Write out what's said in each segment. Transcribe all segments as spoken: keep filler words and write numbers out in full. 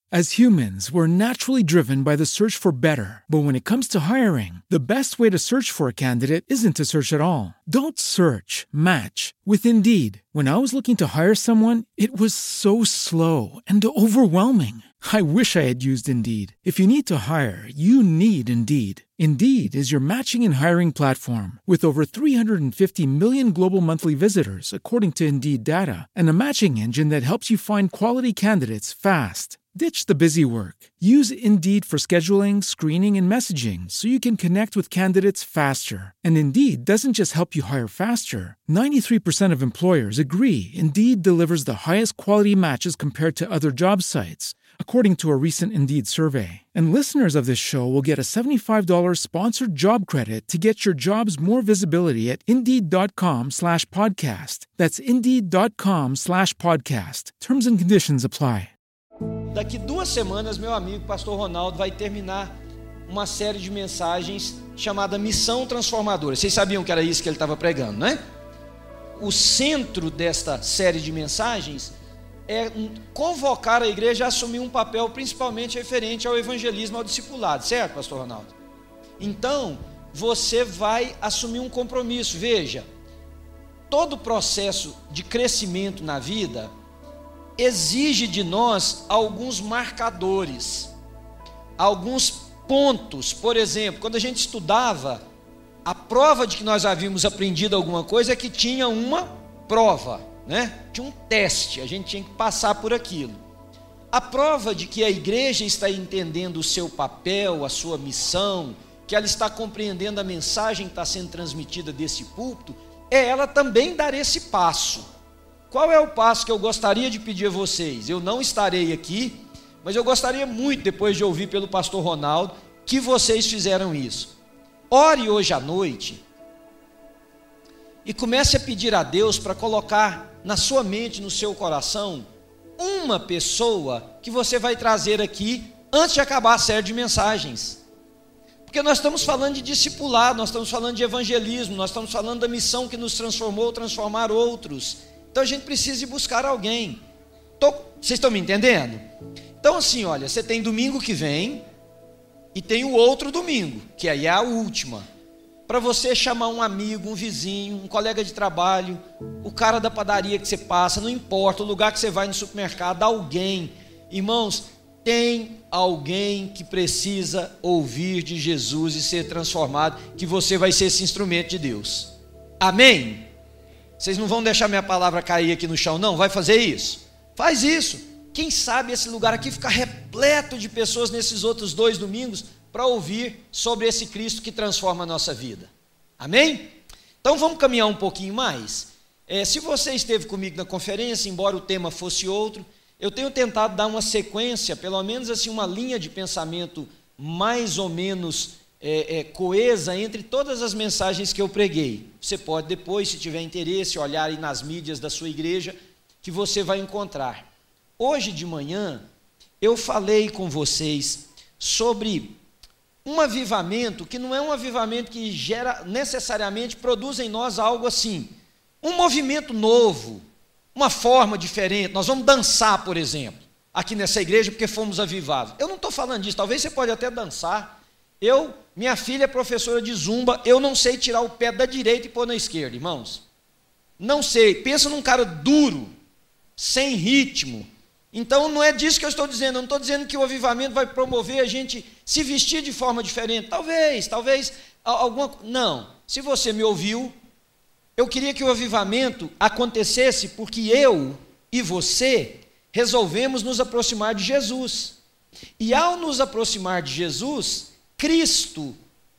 As humans, we're naturally driven by the search for better. But when it comes to hiring, the best way to search for a candidate isn't to search at all. Don't search, match with Indeed. When I was looking to hire someone, it was so slow and overwhelming. I wish I had used Indeed. If you need to hire, you need Indeed. Indeed is your matching and hiring platform with over three hundred fifty million global monthly visitors, according to Indeed data, and a matching engine that helps you find quality candidates fast. Ditch the busy work. Use Indeed for scheduling, screening, and messaging so you can connect with candidates faster. And Indeed doesn't just help you hire faster. ninety-three percent of employers agree Indeed delivers the highest quality matches compared to other job sites, according to a recent Indeed survey. And listeners of this show will get a seventy-five dollars sponsored job credit to get your jobs more visibility at Indeed.com slash podcast. That's Indeed.com slash podcast. Terms and conditions apply. Daqui duas semanas, meu amigo Pastor Ronaldo vai terminar uma série de mensagens chamada Missão Transformadora. Vocês sabiam que era isso que ele estava pregando, né? O centro desta série de mensagens é convocar a igreja a assumir um papel principalmente referente ao evangelismo, ao discipulado, certo, Pastor Ronaldo? Então, você vai assumir um compromisso. Veja, todo processo de crescimento na vida exige de nós alguns marcadores, alguns pontos. Por exemplo, quando a gente estudava, a prova de que nós havíamos aprendido alguma coisa é que tinha uma prova, né? Tinha um teste, a gente tinha que passar por aquilo. A prova de que a igreja está entendendo o seu papel, a sua missão, que ela está compreendendo a mensagem que está sendo transmitida desse púlpito, é ela também dar esse passo. Qual é o passo que eu gostaria de pedir a vocês? Eu não estarei aqui, mas eu gostaria muito, depois de ouvir pelo pastor Ronaldo, que vocês fizeram isso. Ore hoje à noite e comece a pedir a Deus para colocar na sua mente, no seu coração, uma pessoa que você vai trazer aqui antes de acabar a série de mensagens. Porque nós estamos falando de discipulado, nós estamos falando de evangelismo, nós estamos falando da missão que nos transformou, transformar outros. Então a gente precisa ir buscar alguém. Tô, vocês estão me entendendo? Então assim, olha, você tem domingo que vem e tem o outro domingo, que aí é a última. Para você chamar um amigo, um vizinho, um colega de trabalho, o cara da padaria que você passa, não importa, o lugar que você vai no supermercado, alguém. Irmãos, tem alguém que precisa ouvir de Jesus e ser transformado, que você vai ser esse instrumento de Deus. Amém? Vocês não vão deixar minha palavra cair aqui no chão, não? Vai fazer isso? Faz isso. Quem sabe esse lugar aqui fica repleto de pessoas nesses outros dois domingos para ouvir sobre esse Cristo que transforma a nossa vida. Amém? Então vamos caminhar um pouquinho mais. É, se você esteve comigo na conferência, embora o tema fosse outro, eu tenho tentado dar uma sequência, pelo menos assim uma linha de pensamento mais ou menos É, é, coesa entre todas as mensagens que eu preguei. Você pode depois, se tiver interesse, olhar aí nas mídias da sua igreja, que você vai encontrar. Hoje de manhã, eu falei com vocês sobre um avivamento, que não é um avivamento que gera, necessariamente produz em nós algo assim, um movimento novo, uma forma diferente. Nós vamos dançar, por exemplo, aqui nessa igreja, porque fomos avivados. Eu não estou falando disso, talvez você pode até dançar. Eu, minha filha é professora de zumba, eu não sei tirar o pé da direita e pôr na esquerda, irmãos. Não sei. Pensa num cara duro, sem ritmo. Então não é disso que eu estou dizendo. Eu não estou dizendo que o avivamento vai promover a gente se vestir de forma diferente. Talvez, talvez alguma. Não. Se você me ouviu, eu queria que o avivamento acontecesse porque eu e você resolvemos nos aproximar de Jesus. E ao nos aproximar de Jesus, Cristo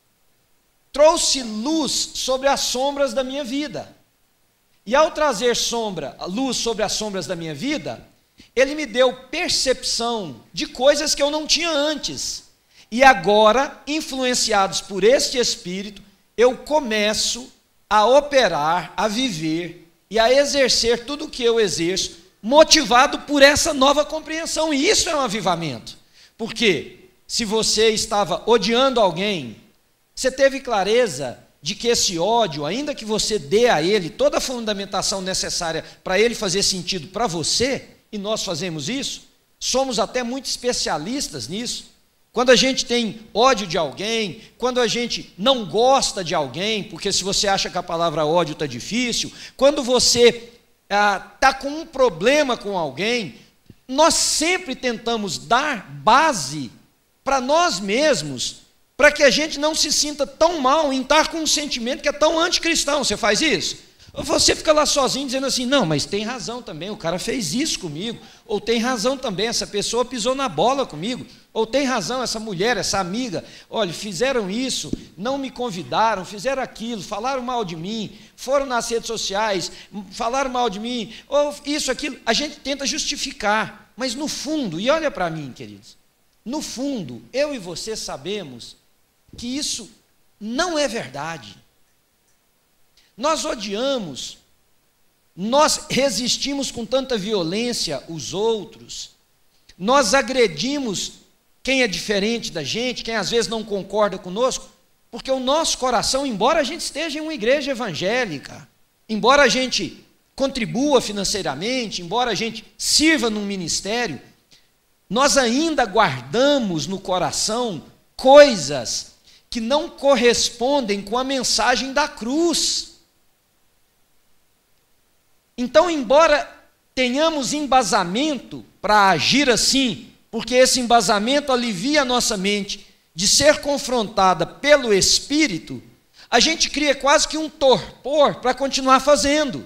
trouxe luz sobre as sombras da minha vida. E ao trazer sombra, luz sobre as sombras da minha vida, Ele me deu percepção de coisas que eu não tinha antes. E agora, influenciados por este Espírito, eu começo a operar, a viver e a exercer tudo o que eu exerço, motivado por essa nova compreensão. E isso é um avivamento. Porque se você estava odiando alguém, você teve clareza de que esse ódio, ainda que você dê a ele toda a fundamentação necessária para ele fazer sentido para você, e nós fazemos isso, somos até muito especialistas nisso. Quando a gente tem ódio de alguém, quando a gente não gosta de alguém, porque se você acha que a palavra ódio está difícil, quando você está ah, com um problema com alguém, nós sempre tentamos dar base para nós mesmos, para que a gente não se sinta tão mal em estar com um sentimento que é tão anticristão. Você faz isso? Ou você fica lá sozinho dizendo assim, não, mas tem razão também, o cara fez isso comigo, ou tem razão também, essa pessoa pisou na bola comigo, ou tem razão, essa mulher, essa amiga, olha, fizeram isso, não me convidaram, fizeram aquilo, falaram mal de mim, foram nas redes sociais, falaram mal de mim, ou isso, aquilo. A gente tenta justificar, mas no fundo, e olha para mim, queridos, no fundo, eu e você sabemos que isso não é verdade. Nós odiamos, nós resistimos com tanta violência os outros, nós agredimos quem é diferente da gente, quem às vezes não concorda conosco, porque o nosso coração, embora a gente esteja em uma igreja evangélica, embora a gente contribua financeiramente, embora a gente sirva num ministério, nós ainda guardamos no coração coisas que não correspondem com a mensagem da cruz. Então, embora tenhamos embasamento para agir assim, porque esse embasamento alivia a nossa mente de ser confrontada pelo Espírito, a gente cria quase que um torpor para continuar fazendo.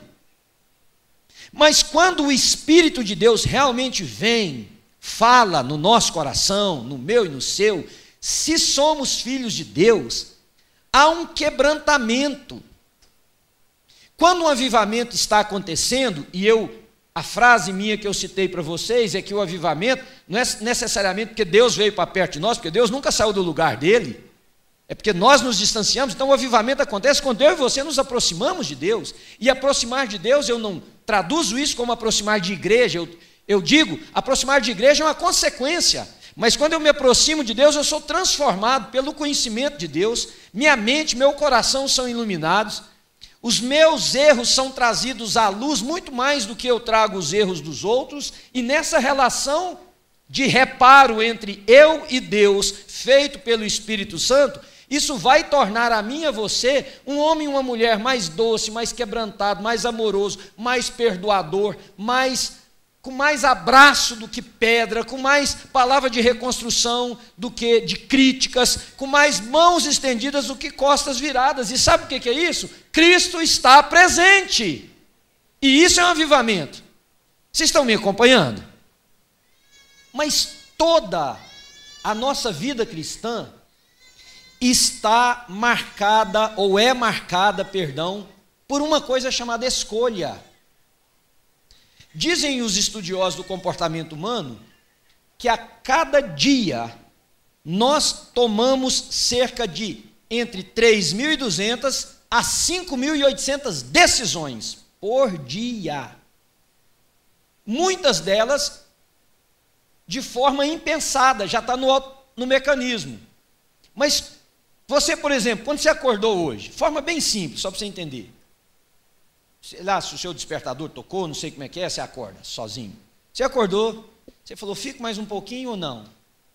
Mas quando o Espírito de Deus realmente vem, fala no nosso coração, no meu e no seu, se somos filhos de Deus, há um quebrantamento. Quando um avivamento está acontecendo, e eu, a frase minha que eu citei para vocês é que o avivamento não é necessariamente porque Deus veio para perto de nós, porque Deus nunca saiu do lugar dele, é porque nós nos distanciamos. Então o avivamento acontece quando eu e você nos aproximamos de Deus, e aproximar de Deus, eu não traduzo isso como aproximar de igreja, eu, eu digo, aproximar de igreja é uma consequência, mas quando eu me aproximo de Deus, eu sou transformado pelo conhecimento de Deus, minha mente, meu coração são iluminados, os meus erros são trazidos à luz muito mais do que eu trago os erros dos outros, e nessa relação de reparo entre eu e Deus, feito pelo Espírito Santo, isso vai tornar a mim e a você um homem e uma mulher mais doce, mais quebrantado, mais amoroso, mais perdoador, mais, com mais abraço do que pedra, com mais palavra de reconstrução do que de críticas, com mais mãos estendidas do que costas viradas. E sabe o que é isso? Cristo está presente. E isso é um avivamento. Vocês estão me acompanhando? Mas toda a nossa vida cristã está marcada, ou é marcada, perdão, por uma coisa chamada escolha. Dizem os estudiosos do comportamento humano que a cada dia nós tomamos cerca de entre três mil e duzentas a cinco mil e oitocentas decisões por dia. Muitas delas de forma impensada, já está no, no mecanismo. Mas você, por exemplo, quando você acordou hoje, de forma bem simples, só para você entender, sei lá, se o seu despertador tocou, não sei como é que é, você acorda sozinho. Você acordou, você falou, fico mais um pouquinho ou não?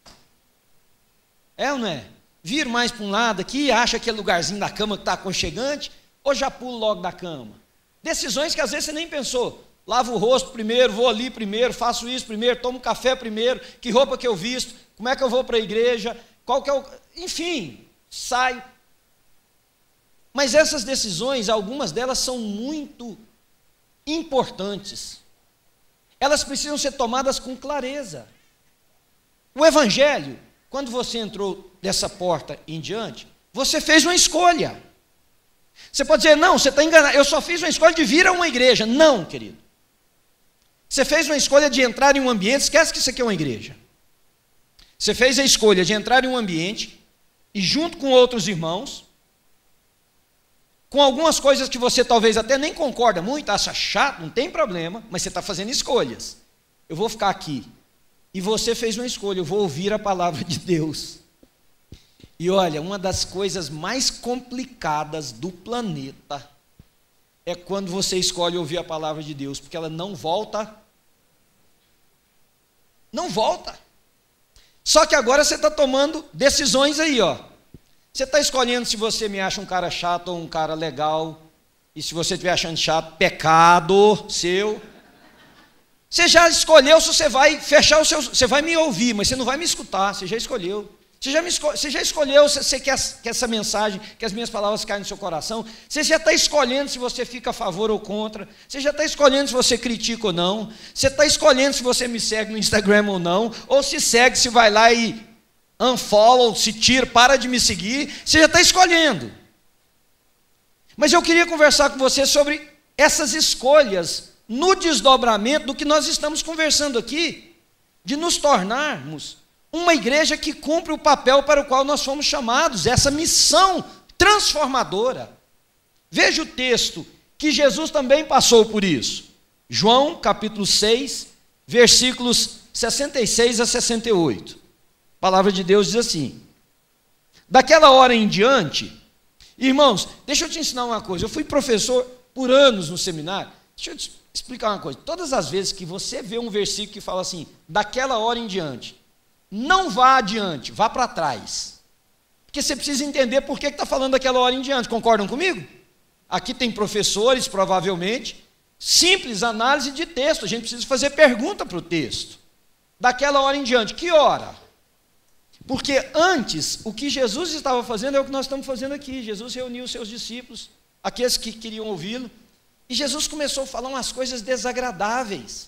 É ou não é? Viro mais para um lado aqui, acha aquele lugarzinho da cama que está aconchegante, ou já pulo logo da cama? Decisões que às vezes você nem pensou. Lavo o rosto primeiro, vou ali primeiro, faço isso primeiro, tomo café primeiro, que roupa que eu visto, como é que eu vou para a igreja, qual que é o... Enfim, sai. Mas essas decisões, algumas delas são muito importantes. Elas precisam ser tomadas com clareza. O Evangelho, quando você entrou dessa porta em diante, você fez uma escolha. Você pode dizer, não, você está enganado, eu só fiz uma escolha de vir a uma igreja. Não, querido. Você fez uma escolha de entrar em um ambiente, esquece que isso aqui é uma igreja. Você fez a escolha de entrar em um ambiente e junto com outros irmãos, com algumas coisas que você talvez até nem concorda muito, acha chato, não tem problema, mas você está fazendo escolhas. Eu vou ficar aqui. E você fez uma escolha, eu vou ouvir a palavra de Deus. E olha, uma das coisas mais complicadas do planeta é quando você escolhe ouvir a palavra de Deus, porque ela não volta. Não volta. Só que agora você está tomando decisões aí, ó. Você está escolhendo se você me acha um cara chato ou um cara legal. E se você estiver achando chato, pecado seu. Você já escolheu se você vai fechar o seu... Você vai me ouvir, mas você não vai me escutar. Você já escolheu. Você já, me esco, você já escolheu se você quer que essa mensagem, que as minhas palavras caem no seu coração. Você já está escolhendo se você fica a favor ou contra. Você já está escolhendo se você critica ou não. Você está escolhendo se você me segue no Instagram ou não. Ou se segue, se vai lá e unfollow, se tira, para de me seguir. Você já está escolhendo. Mas eu queria conversar com você sobre essas escolhas no desdobramento do que nós estamos conversando aqui, de nos tornarmos uma igreja que cumpre o papel para o qual nós fomos chamados, essa missão transformadora. Veja o texto, que Jesus também passou por isso. João, capítulo seis, versículos sessenta e seis a sessenta e oito. A palavra de Deus diz assim: daquela hora em diante, irmãos, deixa eu te ensinar uma coisa. Eu fui professor por anos no seminário. Deixa eu te explicar uma coisa. Todas as vezes que você vê um versículo que fala assim, daquela hora em diante, não vá adiante, vá para trás. Porque você precisa entender por que está falando daquela hora em diante. Concordam comigo? Aqui tem professores, provavelmente. Simples análise de texto. A gente precisa fazer pergunta para o texto. Daquela hora em diante. Que hora? Porque antes, o que Jesus estava fazendo é o que nós estamos fazendo aqui. Jesus reuniu os seus discípulos, aqueles que queriam ouvi-lo. E Jesus começou a falar umas coisas desagradáveis.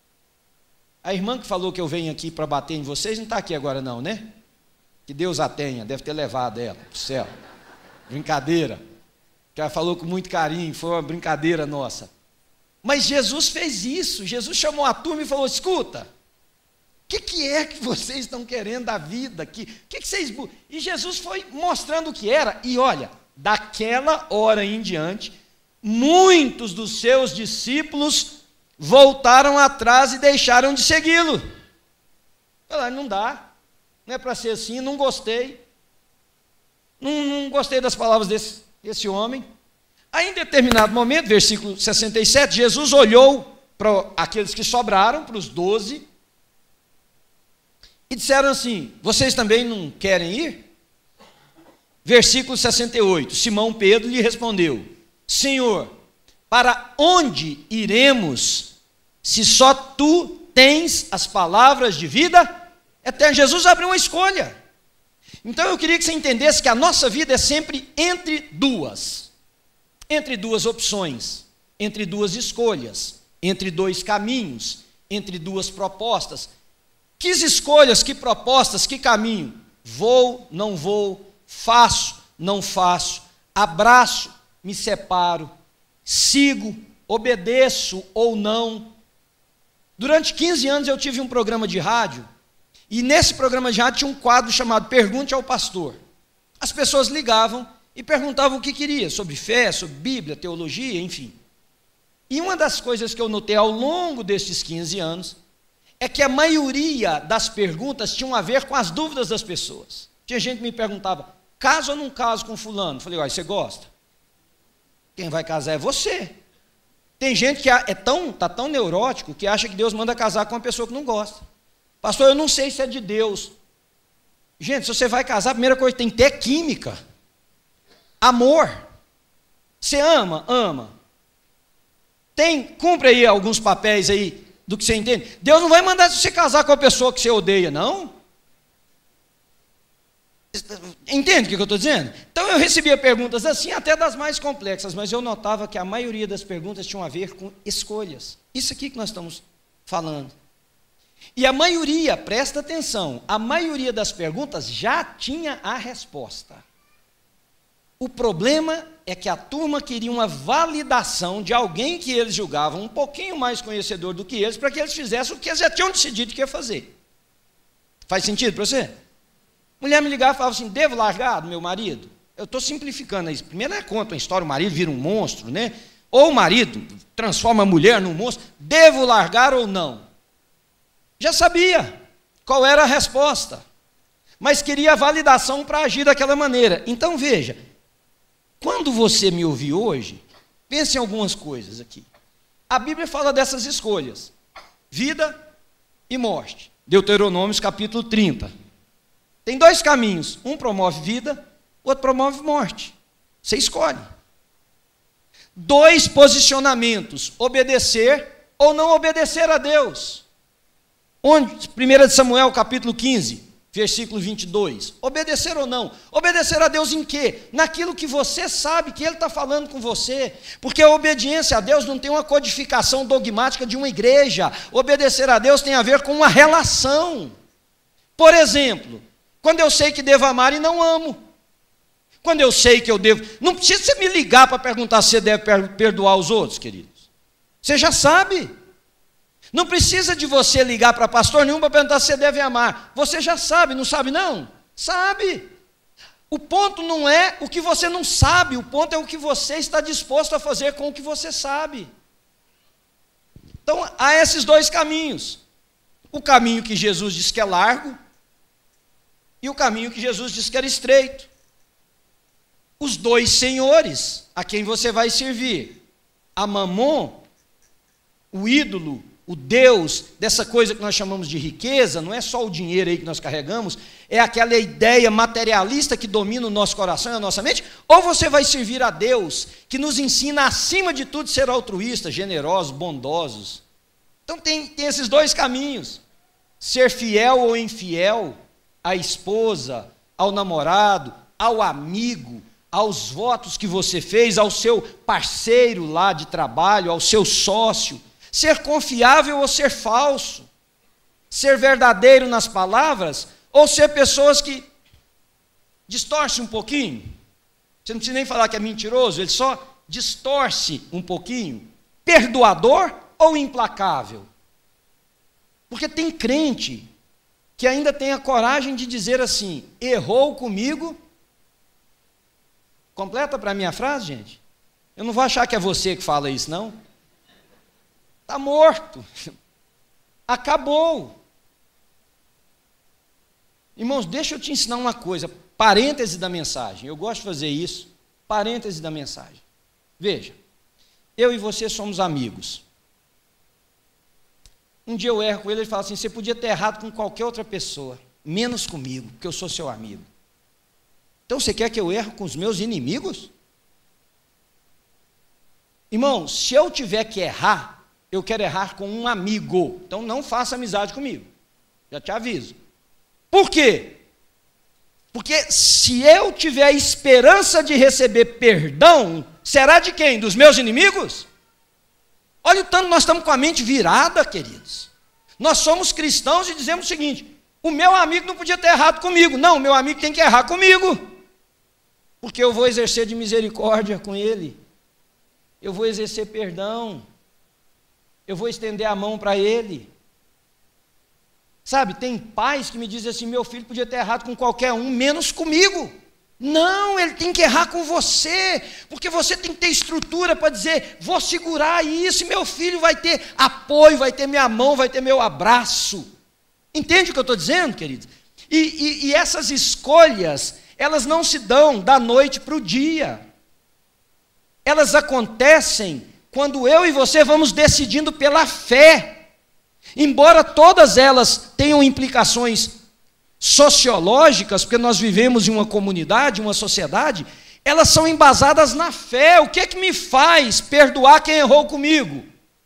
A irmã que falou que eu venho aqui para bater em vocês não está aqui agora não, né? Que Deus a tenha, deve ter levado ela para o céu. Brincadeira. Que ela falou com muito carinho, foi uma brincadeira nossa. Mas Jesus fez isso. Jesus chamou a turma e falou, escuta, o que, que é que vocês estão querendo da vida? Que, que, que vocês... E Jesus foi mostrando o que era. E olha, daquela hora em diante, muitos dos seus discípulos voltaram atrás e deixaram de segui-lo. Falaram, não dá, não é para ser assim, não gostei, não, não gostei das palavras desse, desse homem. Aí em determinado momento, versículo sessenta e sete, Jesus olhou para aqueles que sobraram, para os doze, e disseram assim, vocês também não querem ir? Versículo sessenta e oito, Simão Pedro lhe respondeu, Senhor, para onde iremos, se só tu tens as palavras de vida eterna? Jesus abriu uma escolha. Então eu queria que você entendesse que a nossa vida é sempre entre duas, entre duas opções, entre duas escolhas, entre dois caminhos, entre duas propostas. Que escolhas, que propostas, que caminho? Vou, não vou, faço, não faço, abraço, me separo, sigo, obedeço ou não. Durante quinze anos eu tive um programa de rádio, e nesse programa de rádio tinha um quadro chamado Pergunte ao Pastor. As pessoas ligavam e perguntavam o que queria, sobre fé, sobre Bíblia, teologia, enfim. E uma das coisas que eu notei ao longo desses quinze anos, é que a maioria das perguntas tinham a ver com as dúvidas das pessoas. Tinha gente que me perguntava, caso ou não caso com fulano? Eu falei, olha, você gosta? Quem vai casar é você. Tem gente que é tão, tá tão neurótico que acha que Deus manda casar com uma pessoa que não gosta. Pastor, eu não sei se é de Deus. Gente, se você vai casar, a primeira coisa tem que ter é química. Amor. Você ama? Ama. Tem, cumpre aí alguns papéis aí do que você entende. Deus não vai mandar você casar com a pessoa que você odeia, não. Entende o que eu estou dizendo? Então eu recebia perguntas assim, até das mais complexas, mas eu notava que a maioria das perguntas tinham a ver com escolhas. Isso aqui que nós estamos falando. E a maioria, presta atenção, a maioria das perguntas já tinha a resposta. O problema é que a turma queria uma validação de alguém que eles julgavam um pouquinho mais conhecedor do que eles, para que eles fizessem o que eles já tinham decidido que ia fazer. Faz sentido para você? Mulher me ligava e falava assim, devo largar do meu marido? Eu estou simplificando isso. Primeiro é conta uma história, o marido vira um monstro, né? Ou o marido transforma a mulher num monstro. Devo largar ou não? Já sabia qual era a resposta, mas queria a validação para agir daquela maneira. Então veja, quando você me ouvir hoje, pense em algumas coisas aqui. A Bíblia fala dessas escolhas, vida e morte. Deuteronômio capítulo trinta. Tem dois caminhos, um promove vida, o outro promove morte. Você escolhe. Dois posicionamentos, obedecer ou não obedecer a Deus. Onde? primeira de Samuel, capítulo quinze, versículo vinte e dois. Obedecer ou não? Obedecer a Deus em quê? Naquilo que você sabe que Ele está falando com você. Porque a obediência a Deus não tem uma codificação dogmática de uma igreja. Obedecer a Deus tem a ver com uma relação. Por exemplo, quando eu sei que devo amar e não amo. Quando eu sei que eu devo... Não precisa você me ligar para perguntar se você deve perdoar os outros, queridos. Você já sabe. Não precisa de você ligar para pastor nenhum para perguntar se você deve amar. Você já sabe, não sabe não? Sabe. O ponto não é o que você não sabe, o ponto é o que você está disposto a fazer com o que você sabe. Então, há esses dois caminhos. O caminho que Jesus diz que é largo e o caminho que Jesus diz que era estreito. Os dois senhores a quem você vai servir. A Mamon, o ídolo, o Deus dessa coisa que nós chamamos de riqueza, não é só o dinheiro aí que nós carregamos, é aquela ideia materialista que domina o nosso coração e a nossa mente, ou você vai servir a Deus, que nos ensina acima de tudo ser altruístas, generosos, bondosos. Então tem, tem esses dois caminhos, ser fiel ou infiel à esposa, ao namorado, ao amigo, aos votos que você fez, ao seu parceiro lá de trabalho, ao seu sócio, ser confiável ou ser falso, ser verdadeiro nas palavras, ou ser pessoas que distorcem um pouquinho. Você não precisa nem falar que é mentiroso, ele só distorce um pouquinho. Perdoador ou implacável? Porque tem crente que ainda tem a coragem de dizer assim, errou comigo. Completa para mim a frase, gente? Eu não vou achar que é você que fala isso, não. Está morto. Acabou. Irmãos, deixa eu te ensinar uma coisa. Parêntese da mensagem. Eu gosto de fazer isso. Parêntese da mensagem. Veja. Eu e você somos amigos. Um dia eu erro com ele, ele fala assim, você podia ter errado com qualquer outra pessoa, menos comigo, porque eu sou seu amigo. Então você quer que eu erre com os meus inimigos? Irmão, se eu tiver que errar, eu quero errar com um amigo. Então não faça amizade comigo. Já te aviso. Por quê? Porque se eu tiver esperança de receber perdão, será de quem? Dos meus inimigos? Olha o tanto nós estamos com a mente virada, queridos. Nós somos cristãos e dizemos o seguinte, o meu amigo não podia ter errado comigo. Não, o meu amigo tem que errar comigo. Porque eu vou exercer de misericórdia com ele, eu vou exercer perdão, eu vou estender a mão para ele. Sabe, tem pais que me dizem assim, meu filho podia ter errado com qualquer um, menos comigo. Não, ele tem que errar com você, porque você tem que ter estrutura para dizer, vou segurar isso, e meu filho vai ter apoio, vai ter minha mão, vai ter meu abraço. Entende o que eu estou dizendo, queridos? E, e, e essas escolhas, elas não se dão da noite para o dia. Elas acontecem quando eu e você vamos decidindo pela fé. Embora todas elas tenham implicações sociológicas, porque nós vivemos em uma comunidade, uma sociedade, elas são embasadas na fé. O que é que me faz perdoar quem errou comigo?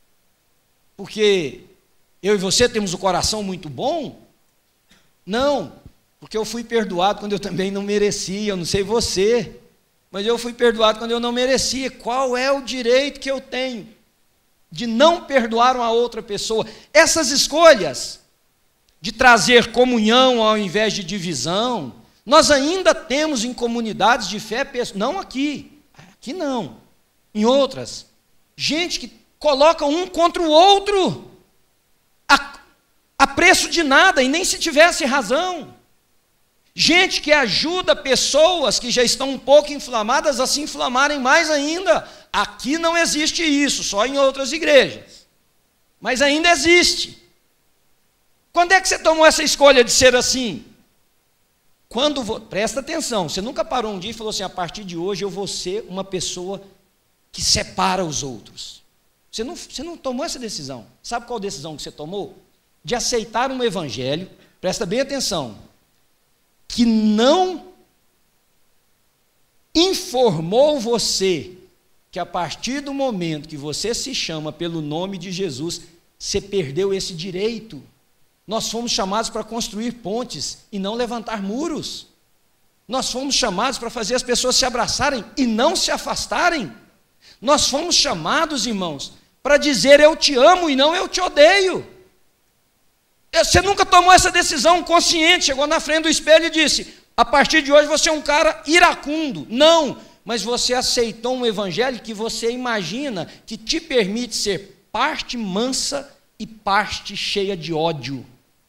Porque eu e você temos o coração muito bom? Não. Porque eu fui perdoado quando eu também não merecia, eu não sei você, mas eu fui perdoado quando eu não merecia. Qual é o direito que eu tenho de não perdoar uma outra pessoa? Essas escolhas de trazer comunhão ao invés de divisão, nós ainda temos em comunidades de fé, não aqui, aqui não, em outras, gente que coloca um contra o outro, a, a preço de nada, e nem se tivesse razão. Gente que ajuda pessoas que já estão um pouco inflamadas a se inflamarem mais ainda. Aqui não existe isso, só em outras igrejas. Mas ainda existe. Quando é que você tomou essa escolha de ser assim? Quando, presta atenção, você nunca parou um dia e falou assim, a partir de hoje eu vou ser uma pessoa que separa os outros. Você não, você não tomou essa decisão. Sabe qual decisão que você tomou? de aceitar um evangelho, presta bem atenção, que não informou você que a partir do momento que você se chama pelo nome de Jesus, você perdeu esse direito. Nós fomos chamados para construir pontes e não levantar muros. Nós fomos chamados para fazer as pessoas se abraçarem e não se afastarem. Nós fomos chamados, irmãos, para dizer eu te amo e não eu te odeio. Você nunca tomou essa decisão consciente, chegou na frente do espelho e disse, a partir de hoje você é um cara iracundo. Não, mas você aceitou um evangelho que você imagina que te permite ser parte mansa e parte cheia de ódio.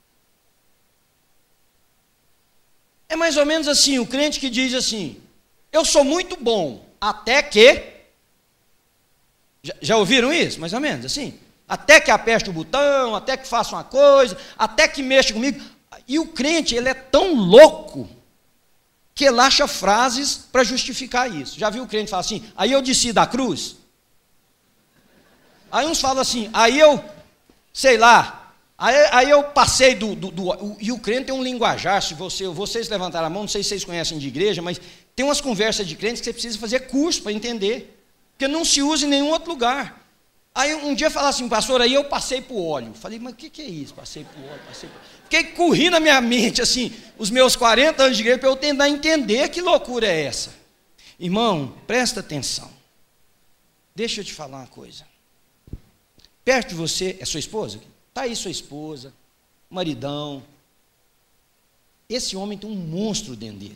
É mais ou menos assim, o crente que diz assim, eu sou muito bom, até que... Já, já ouviram isso? Mais ou menos assim? Até que aperte o botão, até que faça uma coisa, até que mexa comigo. E o crente, ele é tão louco que ele acha frases para justificar isso. Já viu o crente falar assim, aí eu desci da cruz? Aí uns falam assim, aí eu, sei lá, aí, aí eu passei do, do, do... E o crente tem um linguajar, se você, vocês levantaram a mão, não sei se vocês conhecem de igreja, mas tem umas conversas de crentes que você precisa fazer curso para entender, porque não se usa em nenhum outro lugar. Aí um dia falaram assim, pastor, aí eu passei para o óleo. Falei, mas o que, que é isso? Passei para o óleo, passei pro... Fiquei correndo na minha mente, assim, os meus quarenta anos de igreja, para eu tentar entender que loucura é essa. Irmão, presta atenção. Deixa eu te falar uma coisa. Perto de você, é sua esposa? Está aí sua esposa, maridão. Esse homem tem um monstro dentro dele.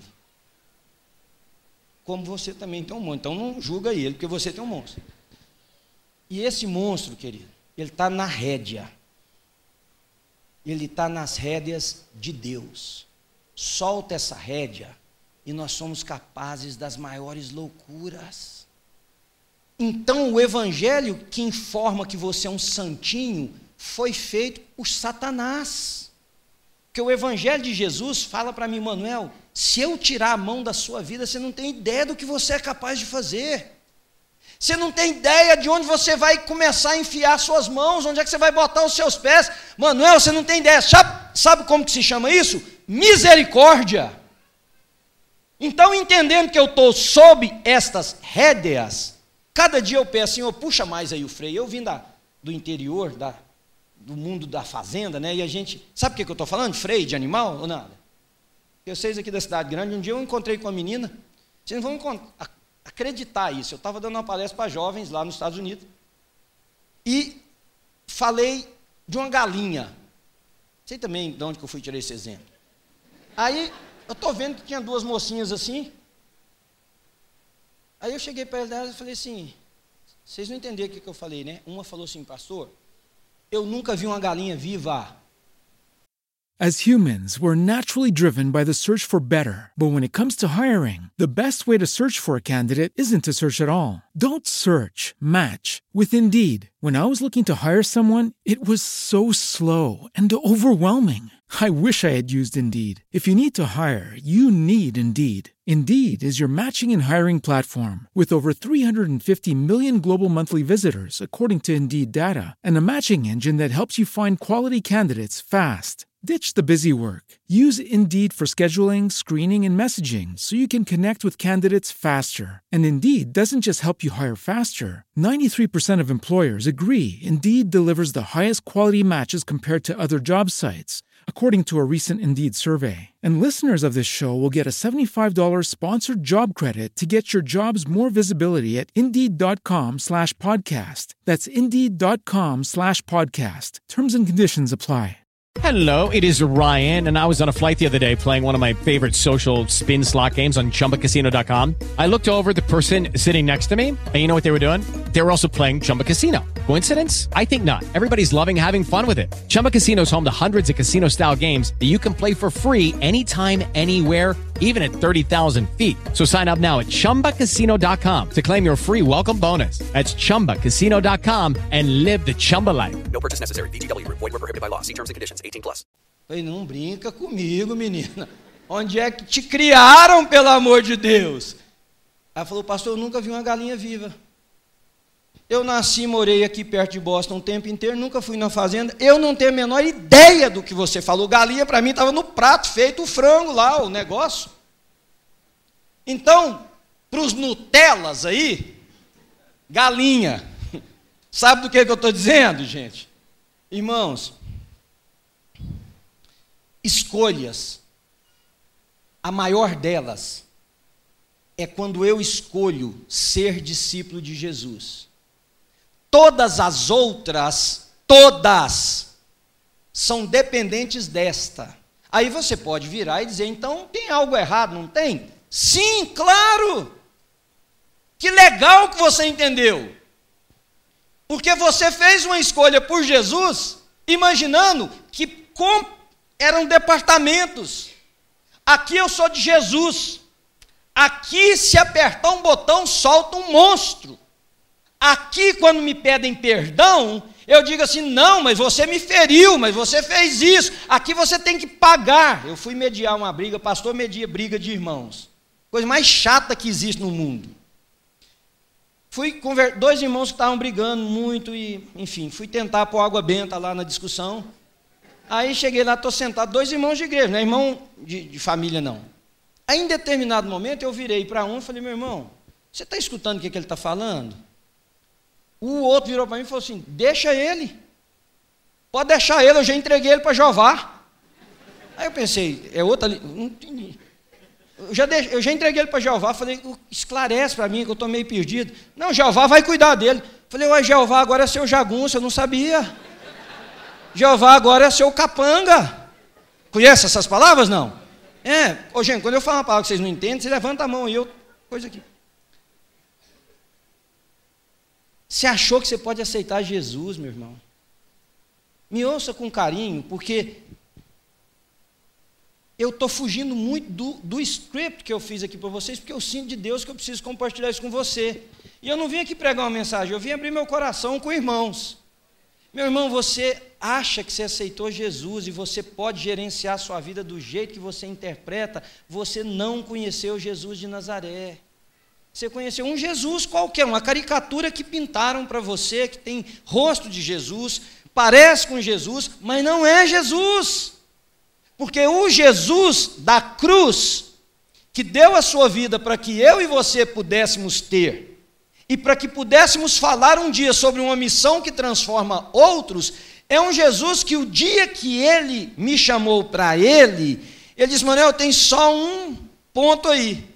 Como você também tem um monstro. Então não julga ele, porque você tem um monstro. E esse monstro, querido, ele está na rédea. Ele está nas rédeas de Deus. Solta essa rédea e nós somos capazes das maiores loucuras. Então o evangelho que informa que você é um santinho foi feito por Satanás. Porque o evangelho de Jesus fala para mim, Manuel, se eu tirar a mão da sua vida, você não tem ideia do que você é capaz de fazer. Você não tem ideia de onde você vai começar a enfiar suas mãos, onde é que você vai botar os seus pés. Manuel, você não tem ideia. Sabe, sabe como que se chama isso? Misericórdia. Então, entendendo que eu estou sob estas rédeas, cada dia eu peço, Senhor, puxa mais aí o freio. Eu vim da, do interior, da, do mundo da fazenda, né? E a gente, sabe o que, que eu estou falando? Freio de animal ou nada? Vocês aqui da cidade grande, um dia eu encontrei com uma menina, vocês não vão acreditar isso, eu estava dando uma palestra para jovens lá nos Estados Unidos, e falei de uma galinha, sei também de onde que eu fui tirar esse exemplo. Aí, eu estou vendo que tinha duas mocinhas assim, aí eu cheguei para elas e falei assim, vocês não entenderam o que, que eu falei, né? Uma falou assim, pastor, eu nunca vi uma galinha viva. As humans, we're naturally driven by the search for better. But when it comes to hiring, the best way to search for a candidate isn't to search at all. Don't search, match with Indeed. When I was looking to hire someone, it was so slow and overwhelming. I wish I had used Indeed. If you need to hire, you need Indeed. Indeed is your matching and hiring platform with over three hundred fifty million global monthly visitors, according to Indeed data, and a matching engine that helps you find quality candidates fast. Ditch the busy work. Use Indeed for scheduling, screening, and messaging so you can connect with candidates faster. And Indeed doesn't just help you hire faster. ninety-three percent of employers agree Indeed delivers the highest quality matches compared to other job sites, according to a recent Indeed survey. And listeners of this show will get a seventy-five dollars sponsored job credit to get your jobs more visibility at Indeed.com slash podcast. That's Indeed.com slash podcast. Terms and conditions apply. Hello, it is Ryan, and I was on a flight the other day playing one of my favorite social spin slot games on Chumba Casino dot com. I looked over at the person sitting next to me, and you know what they were doing? They were also playing Chumba Casino. Coincidence? I think not. Everybody's loving having fun with it. Chumba Casino is home to hundreds of casino-style games that you can play for free anytime, anywhere, even at thirty thousand feet. So sign up now at Chumba Casino dot com to claim your free welcome bonus. That's Chumba Casino dot com and live the Chumba life. No purchase necessary. V G W. Void where prohibited by law. See terms and conditions. eighteen plus. Falei, não brinca comigo, menina. Onde é que te criaram, pelo amor de Deus? Ela falou, pastor, eu nunca vi uma galinha viva. Eu nasci e morei aqui perto de Boston o tempo inteiro, nunca fui na fazenda. Eu não tenho a menor ideia do que você falou. Galinha, para mim, estava no prato, feito o frango lá, o negócio. Então, para os Nutellas aí, galinha. Sabe do que, que eu estou dizendo, gente? Irmãos, escolhas, a maior delas é quando eu escolho ser discípulo de Jesus. Todas as outras, todas, são dependentes desta. Aí você pode virar e dizer, então tem algo errado, não tem? Sim, claro! Que legal que você entendeu! Porque você fez uma escolha por Jesus, imaginando que com, eram departamentos. Aqui eu sou de Jesus. Aqui, se apertar um botão, solta um monstro. Aqui, quando me pedem perdão, eu digo assim, não, mas você me feriu, mas você fez isso. Aqui você tem que pagar. Eu fui mediar uma briga, pastor media briga de irmãos. Coisa mais chata que existe no mundo. Fui conver... Dois irmãos que estavam brigando muito e, enfim, fui tentar pôr água benta lá na discussão. Aí cheguei lá, estou sentado, dois irmãos de igreja, não é irmão de, de família, não. Aí, em determinado momento, eu virei para um e falei, meu irmão, você está escutando o que, que ele está falando? O outro virou para mim e falou assim, deixa ele. Pode deixar ele, eu já entreguei ele para Jeová. Aí eu pensei, é outra ali, não entendi. Eu já, deixo, eu já entreguei ele para Jeová, falei, esclarece para mim que eu estou meio perdido. Não, Jeová vai cuidar dele. Falei, ué, Jeová agora é seu jagunço, eu não sabia. Jeová agora é seu capanga. Conhece essas palavras, não? É, ô gente, quando eu falo uma palavra que vocês não entendem, você levanta a mão e eu, coisa aqui. Você achou que você pode aceitar Jesus, meu irmão? Me ouça com carinho, porque eu estou fugindo muito do, do script que eu fiz aqui para vocês, porque eu sinto de Deus que eu preciso compartilhar isso com você. E eu não vim aqui pregar uma mensagem, eu vim abrir meu coração com irmãos. Meu irmão, você acha que você aceitou Jesus e você pode gerenciar a sua vida do jeito que você interpreta, você não conheceu Jesus de Nazaré. Você conheceu um Jesus qualquer, uma caricatura que pintaram para você, que tem rosto de Jesus, parece com Jesus, mas não é Jesus. Porque o Jesus da cruz, que deu a sua vida para que eu e você pudéssemos ter, e para que pudéssemos falar um dia sobre uma missão que transforma outros, é um Jesus que o dia que ele me chamou para ele, ele disse, Manuel, tem só um ponto aí,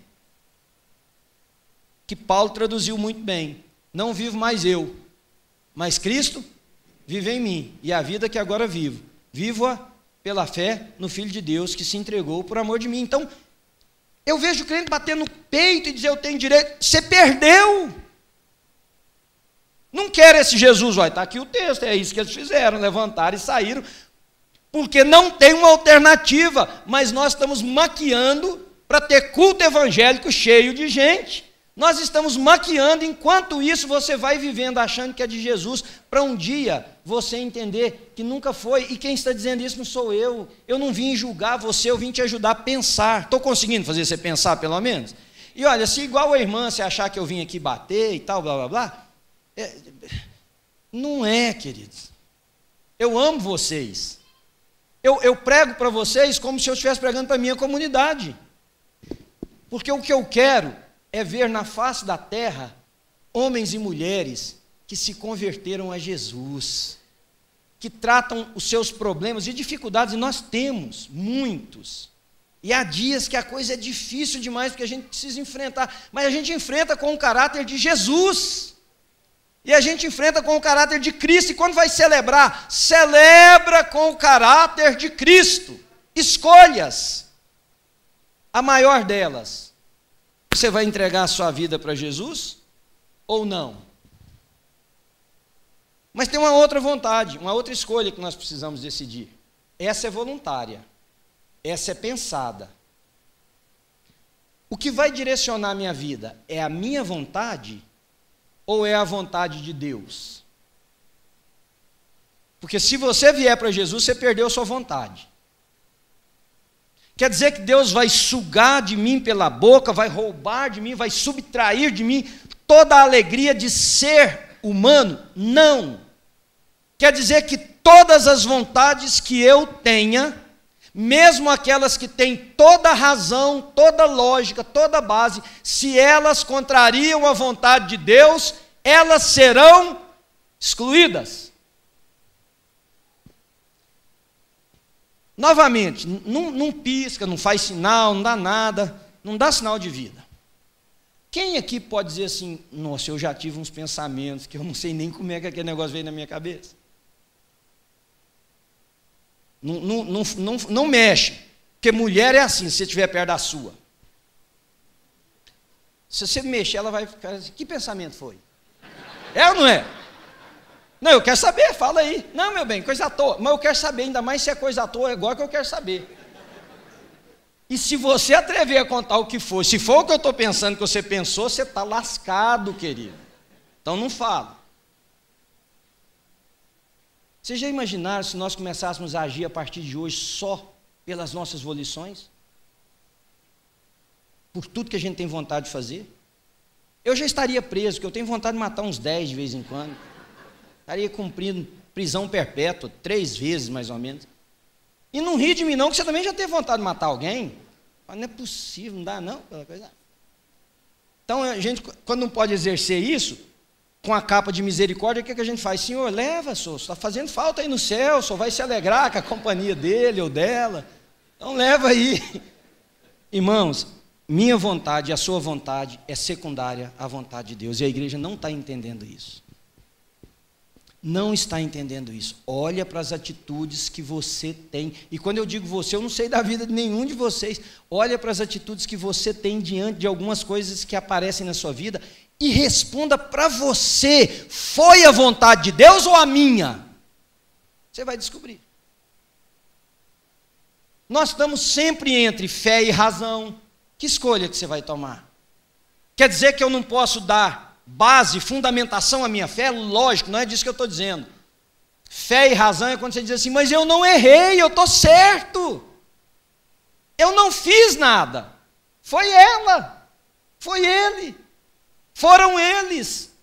que Paulo traduziu muito bem, não vivo mais eu, mas Cristo vive em mim, e a vida que agora vivo, vivo-a pela fé no Filho de Deus que se entregou por amor de mim. Então, eu vejo o crente bater no peito e dizer, eu tenho direito, você perdeu. Não quero esse Jesus, vai estar aqui o texto, é isso que eles fizeram, levantaram e saíram, porque não tem uma alternativa, mas nós estamos maquiando para ter culto evangélico cheio de gente. Nós estamos maquiando, enquanto isso você vai vivendo achando que é de Jesus, para um dia você entender que nunca foi, e quem está dizendo isso não sou eu, eu não vim julgar você, eu vim te ajudar a pensar. Estou conseguindo fazer você pensar pelo menos? E olha, se igual a irmã você achar que eu vim aqui bater e tal, blá blá blá, é, não é, queridos. Eu amo vocês. Eu, eu prego para vocês como se eu estivesse pregando para a minha comunidade, porque o que eu quero é ver na face da terra homens e mulheres que se converteram a Jesus, que tratam os seus problemas e dificuldades, e nós temos muitos, e há dias que a coisa é difícil demais, porque a gente precisa enfrentar, mas a gente enfrenta com o caráter de Jesus, e a gente enfrenta com o caráter de Cristo, e quando vai celebrar, celebra com o caráter de Cristo. Escolhas, a maior delas, você vai entregar a sua vida para Jesus ou não? Mas tem uma outra vontade, uma outra escolha que nós precisamos decidir. Essa é voluntária, essa é pensada. O que vai direcionar a minha vida é a minha vontade ou é a vontade de Deus? Porque se você vier para Jesus, você perdeu a sua vontade. Quer dizer que Deus vai sugar de mim pela boca, vai roubar de mim, vai subtrair de mim toda a alegria de ser humano? Não. Quer dizer que todas as vontades que eu tenha, mesmo aquelas que têm toda razão, toda lógica, toda base, se elas contrariam a vontade de Deus, elas serão excluídas. Novamente, não, não pisca, não faz sinal, não dá nada, não dá sinal de vida. Quem aqui pode dizer assim, nossa, eu já tive uns pensamentos que eu não sei nem como é que aquele negócio veio na minha cabeça? Não, não, não, não, não mexe, porque mulher é assim, se você estiver perto da sua. Se você mexer, ela vai ficar assim, que pensamento foi? É ou não é? Não, eu quero saber, fala aí. Não, meu bem, coisa à toa. Mas eu quero saber, ainda mais se é coisa à toa, é igual que eu quero saber. E se você atrever a contar o que for, se for o que eu estou pensando que você pensou, você está lascado, querido. Então não fala. Vocês já imaginaram se nós começássemos a agir a partir de hoje só pelas nossas volições? Por tudo que a gente tem vontade de fazer? Eu já estaria preso, porque eu tenho vontade de matar uns dez de vez em quando. Estaria cumprindo prisão perpétua, três vezes mais ou menos. E não ri de mim não, que você também já teve vontade de matar alguém. Mas não é possível, não dá não. Então a gente, quando não pode exercer isso, com a capa de misericórdia, o que, que a gente faz? Senhor, leva, senhor, está fazendo falta aí no céu, só vai se alegrar com a companhia dele ou dela. Então leva aí. Irmãos, minha vontade e a sua vontade é secundária à vontade de Deus. E a igreja não está entendendo isso. Não está entendendo isso. Olha para as atitudes que você tem. E quando eu digo você, eu não sei da vida de nenhum de vocês. Olha para as atitudes que você tem diante de algumas coisas que aparecem na sua vida e responda para você: foi a vontade de Deus ou a minha? Você vai descobrir. Nós estamos sempre entre fé e razão. Que escolha que você vai tomar? Quer dizer que eu não posso dar base, fundamentação à minha fé? Lógico, não é disso que eu estou dizendo. Fé e razão é quando você diz assim, mas eu não errei, eu estou certo. Eu não fiz nada. Foi ela, foi ele, foram eles.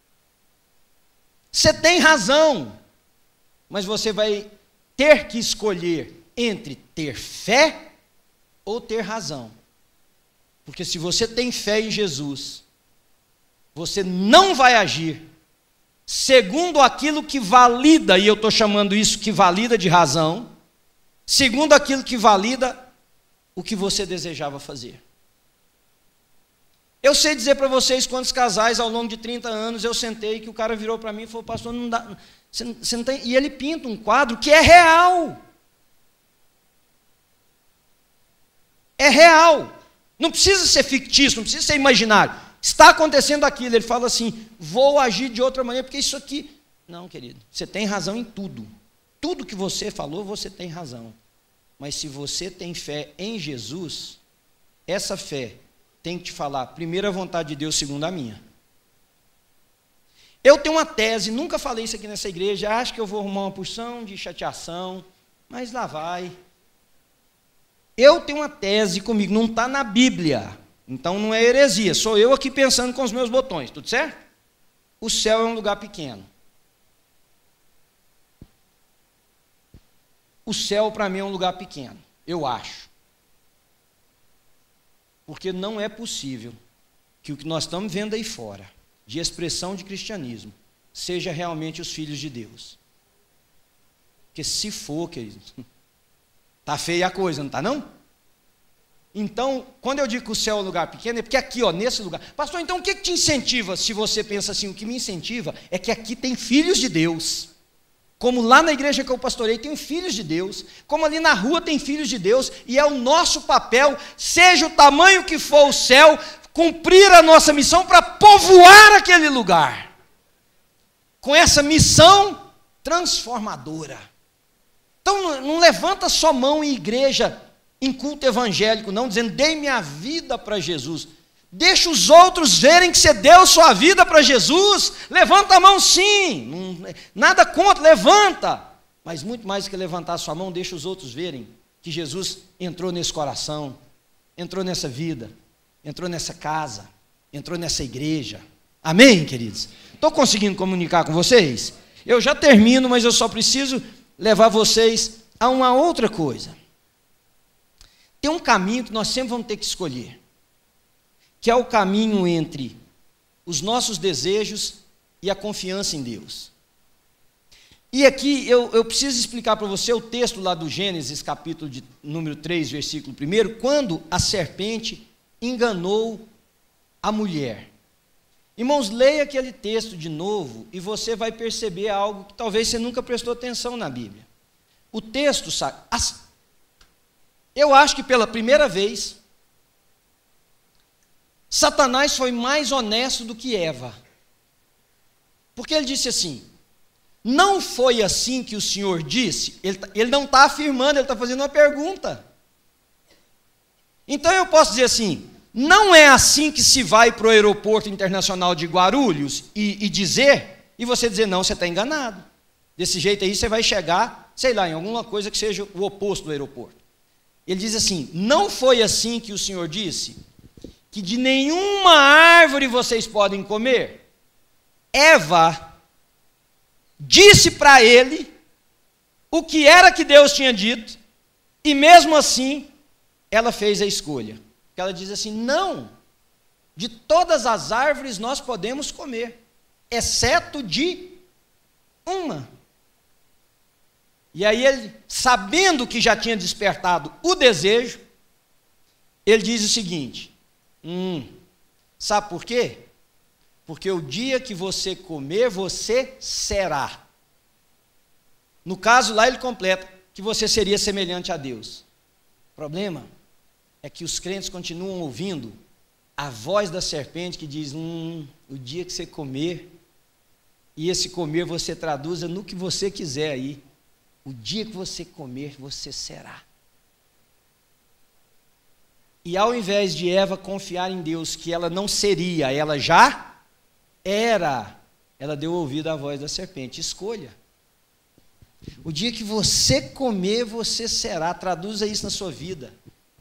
Você tem razão, mas você vai ter que escolher entre ter fé ou ter razão. Porque se você tem fé em Jesus, você não vai agir segundo aquilo que valida, e eu estou chamando isso que valida de razão, segundo aquilo que valida o que você desejava fazer. Eu sei dizer para vocês quantos casais ao longo de trinta anos eu sentei que o cara virou para mim e falou, pastor, não dá, você não, você não tem, e ele pinta um quadro que é real. É real. Não precisa ser fictício, não precisa ser imaginário. Está acontecendo aquilo. Ele fala assim, vou agir de outra maneira, porque isso aqui... Não, querido, você tem razão em tudo. Tudo que você falou, você tem razão. Mas se você tem fé em Jesus, essa fé tem que te falar, primeiro a vontade de Deus, segundo a minha. Eu tenho uma tese, nunca falei isso aqui nessa igreja, acho que eu vou arrumar uma porção de chateação, mas lá vai. Eu tenho uma tese comigo, não está na Bíblia, então não é heresia, sou eu aqui pensando com os meus botões, tudo certo? O céu é um lugar pequeno. O céu para mim é um lugar pequeno, eu acho. Porque não é possível que o que nós estamos vendo aí fora, de expressão de cristianismo, seja realmente os filhos de Deus. Porque se for, querido... Está feia a coisa, não está não? Então, quando eu digo que o céu é um lugar pequeno, é porque aqui, ó, nesse lugar. Pastor, então o que, que te incentiva? Se você pensa assim, o que me incentiva é que aqui tem filhos de Deus. Como lá na igreja que eu pastorei tem filhos de Deus. Como ali na rua tem filhos de Deus. E é o nosso papel, seja o tamanho que for o céu, cumprir a nossa missão para povoar aquele lugar. Com essa missão transformadora. Então, não levanta só mão em igreja, em culto evangélico, não, dizendo, dei minha vida para Jesus. Deixa os outros verem que você deu sua vida para Jesus. Levanta a mão sim, não, nada contra, levanta. Mas muito mais do que levantar a sua mão, deixa os outros verem que Jesus entrou nesse coração, entrou nessa vida, entrou nessa casa, entrou nessa igreja, Amém, queridos? Estou conseguindo comunicar com vocês? Eu já termino, mas eu só preciso levar vocês a uma outra coisa. Tem um caminho que nós sempre vamos ter que escolher, que é o caminho entre os nossos desejos e a confiança em Deus. E aqui eu, eu preciso explicar para você o texto lá do Gênesis, capítulo de, número três, versículo um, quando a serpente enganou a mulher. Irmãos, leia aquele texto de novo e você vai perceber algo que talvez você nunca prestou atenção na Bíblia. O texto, eu acho que pela primeira vez, Satanás foi mais honesto do que Eva. Porque ele disse assim, não foi assim que o Senhor disse? Ele, ele não está afirmando, ele está fazendo uma pergunta. Então eu posso dizer assim, não é assim que se vai para o aeroporto internacional de Guarulhos e, e dizer, e você dizer, não, você está enganado. Desse jeito aí você vai chegar, sei lá, em alguma coisa que seja o oposto do aeroporto. Ele diz assim, não foi assim que o Senhor disse, que de nenhuma árvore vocês podem comer? Eva disse para ele o que era que Deus tinha dito, e mesmo assim, ela fez a escolha. Ela diz assim, não, de todas as árvores nós podemos comer, exceto de uma. E aí ele, sabendo que já tinha despertado o desejo, ele diz o seguinte, hum, sabe por quê? Porque o dia que você comer, você será. No caso lá ele completa, que você seria semelhante a Deus. O problema é que os crentes continuam ouvindo a voz da serpente que diz, hum, o dia que você comer, e esse comer você traduza no que você quiser aí, o dia que você comer, você será. E ao invés de Eva confiar em Deus, que ela não seria, ela já era, ela deu ouvido à voz da serpente, escolha. O dia que você comer, você será, traduza isso na sua vida.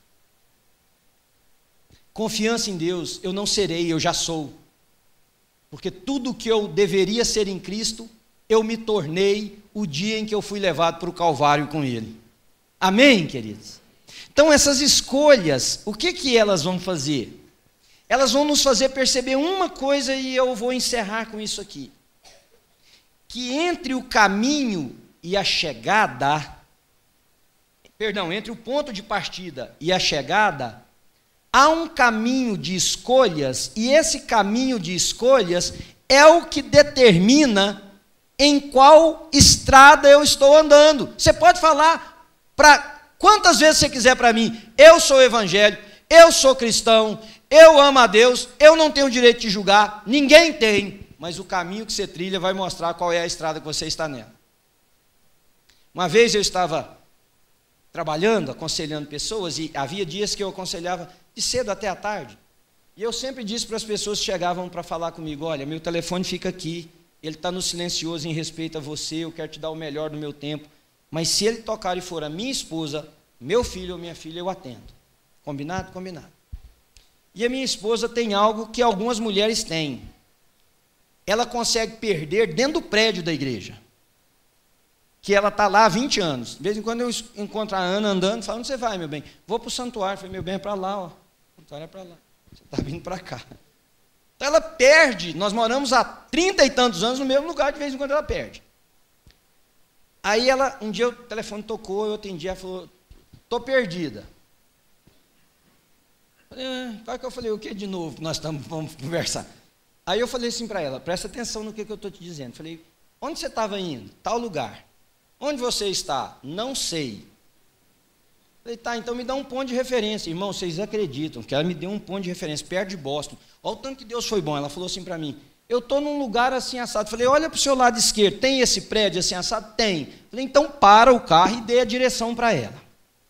Confiança em Deus, eu não serei, eu já sou. Porque tudo o que eu deveria ser em Cristo, eu me tornei o dia em que eu fui levado para o Calvário com Ele. Amém, queridos? Então essas escolhas, o que que elas vão fazer? Elas vão nos fazer perceber uma coisa e eu vou encerrar com isso aqui. Que entre o caminho e a chegada, perdão, entre o ponto de partida e a chegada, há um caminho de escolhas, e esse caminho de escolhas é o que determina em qual estrada eu estou andando. Você pode falar para quantas vezes você quiser para mim, eu sou evangélico, eu sou cristão, eu amo a Deus, eu não tenho o direito de julgar, ninguém tem, mas o caminho que você trilha vai mostrar qual é a estrada que você está nela. Uma vez eu estava trabalhando, aconselhando pessoas, e havia dias que eu aconselhava de cedo até à tarde, e eu sempre disse para as pessoas que chegavam para falar comigo, olha, meu telefone fica aqui, ele está no silencioso em respeito a você, eu quero te dar o melhor do meu tempo, mas se ele tocar e for a minha esposa, meu filho ou minha filha, eu atendo. Combinado? Combinado. E a minha esposa tem algo que algumas mulheres têm. Ela consegue perder dentro do prédio da igreja. Que ela está lá há vinte anos. De vez em quando eu encontro a Ana andando, falo, onde você vai, meu bem? Vou para o santuário. Falei, meu bem, é para lá, ó. O santuário é para lá. Você está vindo para cá. Então ela perde. Nós moramos há trinta e tantos anos no mesmo lugar, de vez em quando ela perde. Aí ela, um dia o telefone tocou, eu atendi, ela falou, estou perdida. Qual que eu falei, o que de novo? Nós estamos, vamos conversar. Aí eu falei assim para ela, presta atenção no que, que eu estou te dizendo. Falei, onde você estava indo? Tal lugar. Onde você está? Não sei. Falei, tá, então me dá um ponto de referência. Irmão, vocês acreditam que ela me deu um ponto de referência, perto de Boston. Olha o tanto que Deus foi bom. Ela falou assim para mim, eu estou num lugar assim assado. Falei, olha para o seu lado esquerdo, tem esse prédio assim assado? Tem. Falei, então para o carro e dê a direção para ela.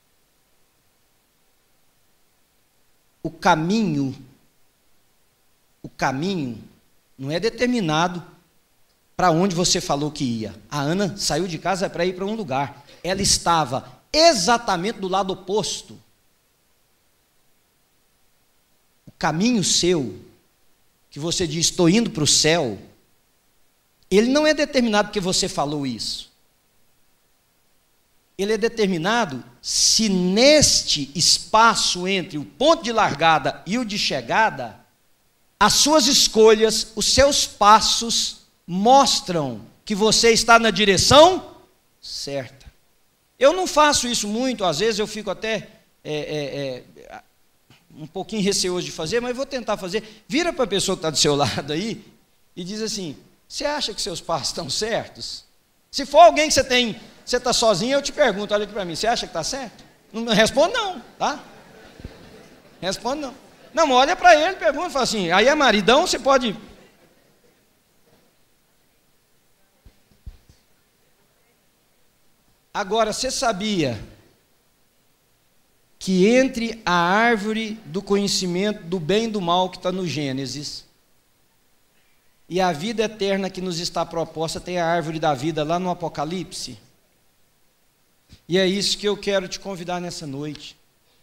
O caminho, o caminho não é determinado para onde você falou que ia. A Ana saiu de casa para ir para um lugar. Ela estava exatamente do lado oposto. O caminho seu que você diz, estou indo para o céu, ele não é determinado porque você falou isso. Ele é determinado se neste espaço entre o ponto de largada e o de chegada, as suas escolhas, os seus passos mostram que você está na direção certa. Eu não faço isso muito, às vezes eu fico até é, é, é, um pouquinho receoso de fazer, mas vou tentar fazer. Vira para a pessoa que está do seu lado aí e diz assim, você acha que seus passos estão certos? Se for alguém que você tem, você está sozinho, eu te pergunto, olha aqui para mim, você acha que está certo? Não responde não, tá? Responde não. Não, olha para ele, pergunta, fala assim, aí é maridão, você pode... Agora, você sabia que entre a árvore do conhecimento do bem e do mal que está no Gênesis e a vida eterna que nos está proposta, tem a árvore da vida lá no Apocalipse? E é isso que eu quero te convidar nessa noite.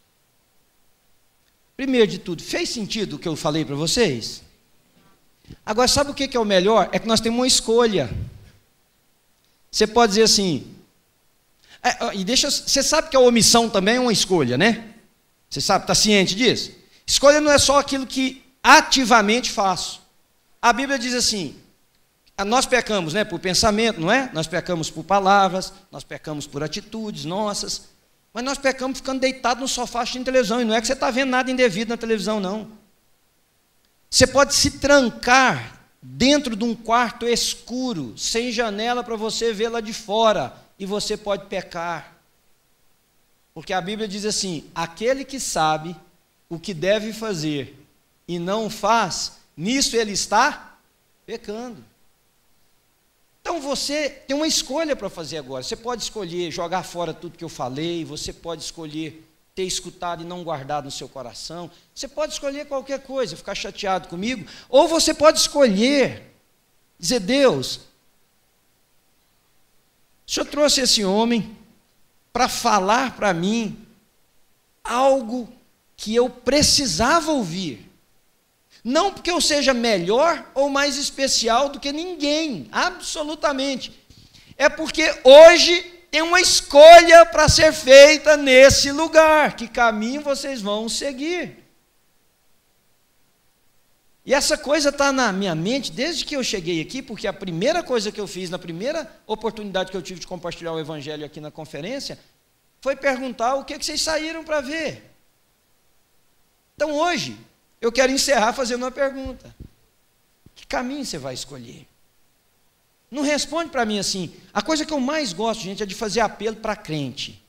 Primeiro de tudo, fez sentido o que eu falei para vocês? Agora, sabe o que é o melhor? É que nós temos uma escolha. Você pode dizer assim... É, e deixa, você sabe que a omissão também é uma escolha, né? Você sabe, está ciente disso? Escolha não é só aquilo que ativamente faço. A Bíblia diz assim, nós pecamos, né, por pensamento, não é? Nós pecamos por palavras, nós pecamos por atitudes nossas, mas nós pecamos ficando deitado no sofá assistindo televisão, e não é que você está vendo nada indevido na televisão, não. Você pode se trancar dentro de um quarto escuro, sem janela para você ver lá de fora, e você pode pecar, porque a Bíblia diz assim, aquele que sabe o que deve fazer e não faz, nisso ele está pecando. Então você tem uma escolha para fazer agora, você pode escolher jogar fora tudo que eu falei, você pode escolher ter escutado e não guardado no seu coração, você pode escolher qualquer coisa, ficar chateado comigo, ou você pode escolher, dizer, Deus, o Senhor trouxe esse homem para falar para mim algo que eu precisava ouvir. Não porque eu seja melhor ou mais especial do que ninguém, absolutamente. É porque hoje tem uma escolha para ser feita nesse lugar. Que caminho vocês vão seguir? E essa coisa está na minha mente desde que eu cheguei aqui, porque a primeira coisa que eu fiz, na primeira oportunidade que eu tive de compartilhar o Evangelho aqui na conferência, foi perguntar o que, que vocês saíram para ver. Então hoje, eu quero encerrar fazendo uma pergunta. Que caminho você vai escolher? Não responde para mim assim. A coisa que eu mais gosto, gente, é de fazer apelo para crente.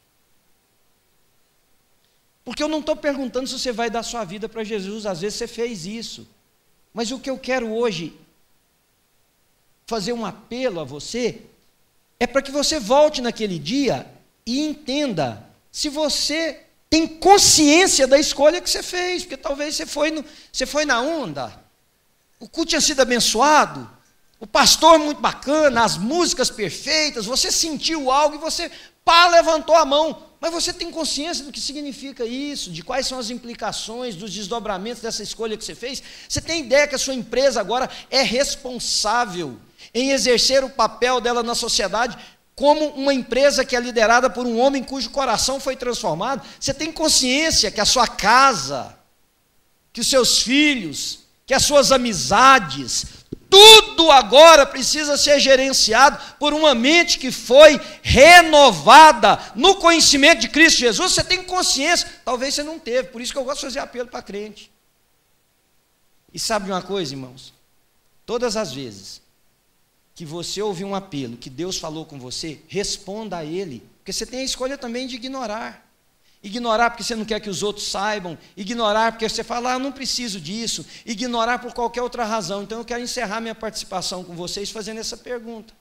Porque eu não estou perguntando se você vai dar sua vida para Jesus, às vezes você fez isso. Mas o que eu quero hoje fazer um apelo a você é para que você volte naquele dia e entenda se você tem consciência da escolha que você fez, porque talvez você foi, no, você foi na onda, o culto tinha sido abençoado, o pastor muito bacana, as músicas perfeitas, você sentiu algo e você pá, levantou a mão. Mas você tem consciência do que significa isso, de quais são as implicações, dos desdobramentos dessa escolha que você fez? Você tem ideia que a sua empresa agora é responsável em exercer o papel dela na sociedade como uma empresa que é liderada por um homem cujo coração foi transformado? Você tem consciência que a sua casa, que os seus filhos, que as suas amizades, tudo agora precisa ser gerenciado por uma mente que foi renovada no conhecimento de Cristo Jesus? Você tem consciência? Talvez você não teve, por isso que eu gosto de fazer apelo para crente. E sabe de uma coisa, irmãos? Todas as vezes que você ouvir um apelo, que Deus falou com você, responda a ele, porque você tem a escolha também de ignorar. Ignorar porque você não quer que os outros saibam, ignorar porque você fala, ah, eu não preciso disso, ignorar por qualquer outra razão. Então eu quero encerrar minha participação com vocês fazendo essa pergunta.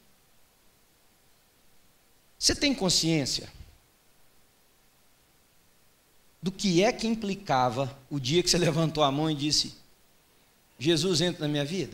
Você tem consciência do que é que implicava o dia que você levantou a mão e disse, Jesus entra na minha vida?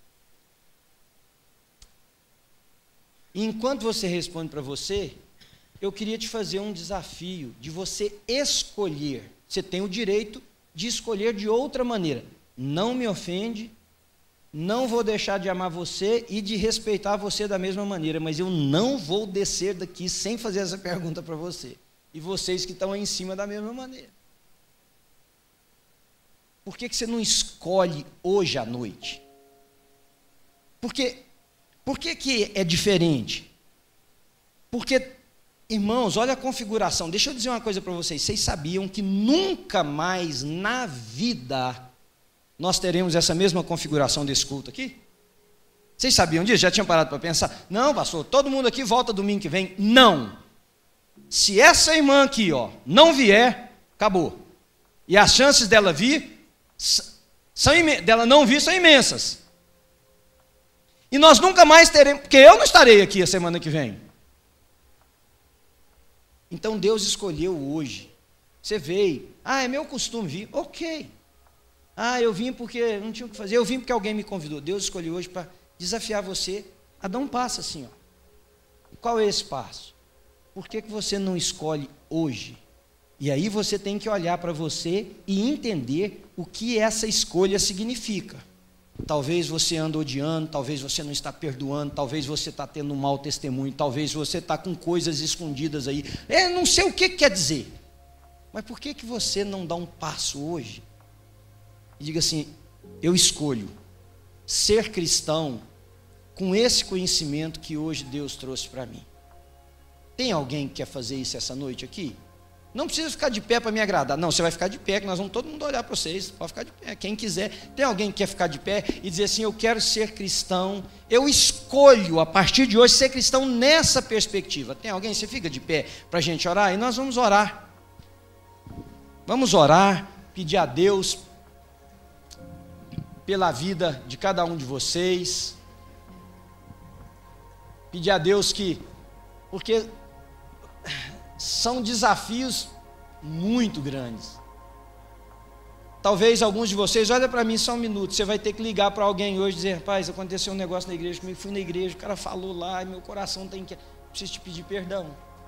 E enquanto você responde para você, eu queria te fazer um desafio de você escolher. Você tem o direito de escolher de outra maneira. Não me ofende, não vou deixar de amar você e de respeitar você da mesma maneira, mas eu não vou descer daqui sem fazer essa pergunta para você. E vocês que estão aí em cima da mesma maneira. Por que que você não escolhe hoje à noite? Porque, por que que é diferente? Porque, irmãos, olha a configuração. Deixa eu dizer uma coisa para vocês. Vocês sabiam que nunca mais na vida nós teremos essa mesma configuração desse culto aqui? Vocês sabiam disso? Já tinham parado para pensar? Não, pastor, todo mundo aqui volta domingo que vem. Não. Se essa irmã aqui, ó, não vier, acabou. E as chances dela vir, são dela não vir, são imensas. E nós nunca mais teremos, porque eu não estarei aqui a semana que vem. Então Deus escolheu hoje. Você veio, ah, é meu costume vir, ok. Ah, eu vim porque não tinha o que fazer, eu vim porque alguém me convidou. Deus escolheu hoje para desafiar você a dar um passo assim, ó. E qual é esse passo? Por que que você não escolhe hoje? E aí você tem que olhar para você e entender o que essa escolha significa. Talvez você anda odiando, talvez você não está perdoando, talvez você está tendo um mau testemunho, talvez você está com coisas escondidas aí. É, não sei o que quer dizer. Mas por que que você não dá um passo hoje? E diga assim, eu escolho ser cristão com esse conhecimento que hoje Deus trouxe para mim. Tem alguém que quer fazer isso essa noite aqui? Não precisa ficar de pé para me agradar. Não, você vai ficar de pé, que nós vamos todo mundo olhar para vocês. Pode ficar de pé, quem quiser. Tem alguém que quer ficar de pé e dizer assim, eu quero ser cristão. Eu escolho, a partir de hoje, ser cristão nessa perspectiva. Tem alguém? Você fica de pé para a gente orar? E nós vamos orar. Vamos orar, pedir a Deus pela vida de cada um de vocês. Pedir a Deus que... Porque... são desafios muito grandes. Talvez alguns de vocês, olha para mim só um minuto, você vai ter que ligar para alguém hoje e dizer, rapaz, aconteceu um negócio na igreja comigo, fui na igreja, o cara falou lá, e meu coração tem que... preciso te pedir perdão.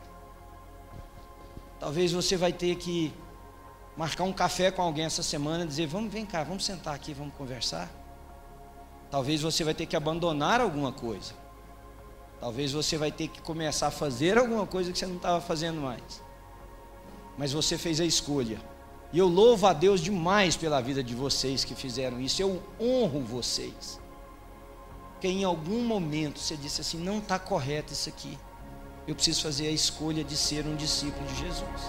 Talvez você vai ter que marcar um café com alguém essa semana e dizer, vamos, vem cá, vamos sentar aqui, vamos conversar. Talvez você vai ter que abandonar alguma coisa. Talvez você vai ter que começar a fazer alguma coisa que você não estava fazendo mais. Mas você fez a escolha. E eu louvo a Deus demais pela vida de vocês que fizeram isso. Eu honro vocês. Porque em algum momento você disse assim, não está correto isso aqui. Eu preciso fazer a escolha de ser um discípulo de Jesus.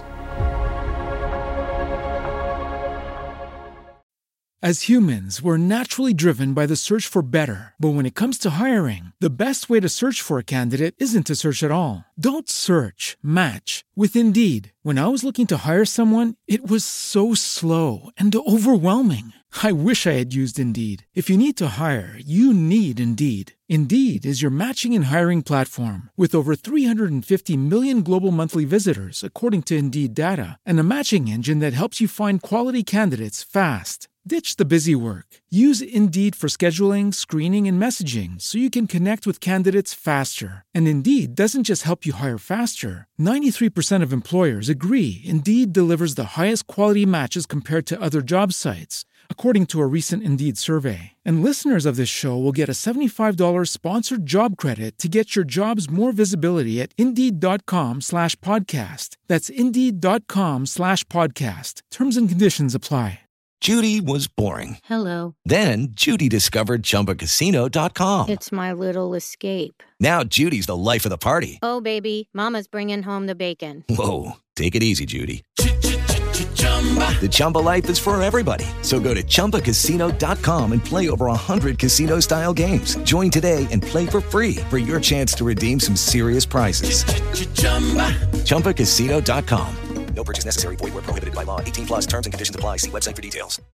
As humans, we're naturally driven by the search for better. But when it comes to hiring, the best way to search for a candidate isn't to search at all. Don't search, match with Indeed. When I was looking to hire someone, it was so slow and overwhelming. I wish I had used Indeed. If you need to hire, you need Indeed. Indeed is your matching and hiring platform with over three hundred fifty million global monthly visitors, according to Indeed data, and a matching engine that helps you find quality candidates fast. Ditch the busy work. Use Indeed for scheduling, screening, and messaging so you can connect with candidates faster. And Indeed doesn't just help you hire faster. ninety-three percent of employers agree Indeed delivers the highest quality matches compared to other job sites, according to a recent Indeed survey. And listeners of this show will get a seventy-five dollars sponsored job credit to get your jobs more visibility at Indeed.com slash podcast. That's Indeed.com slash podcast. Terms and conditions apply. Judy was boring. Hello. Then Judy discovered Chumba Casino dot com. It's my little escape. Now Judy's the life of the party. Oh, baby, mama's bringing home the bacon. Whoa, take it easy, Judy. The Chumba life is for everybody. So go to Chumba Casino dot com and play over one hundred casino-style games. Join today and play for free for your chance to redeem some serious prizes. Chumba Casino dot com. No purchase necessary. Void where prohibited by law. eighteen plus terms and conditions apply. See website for details.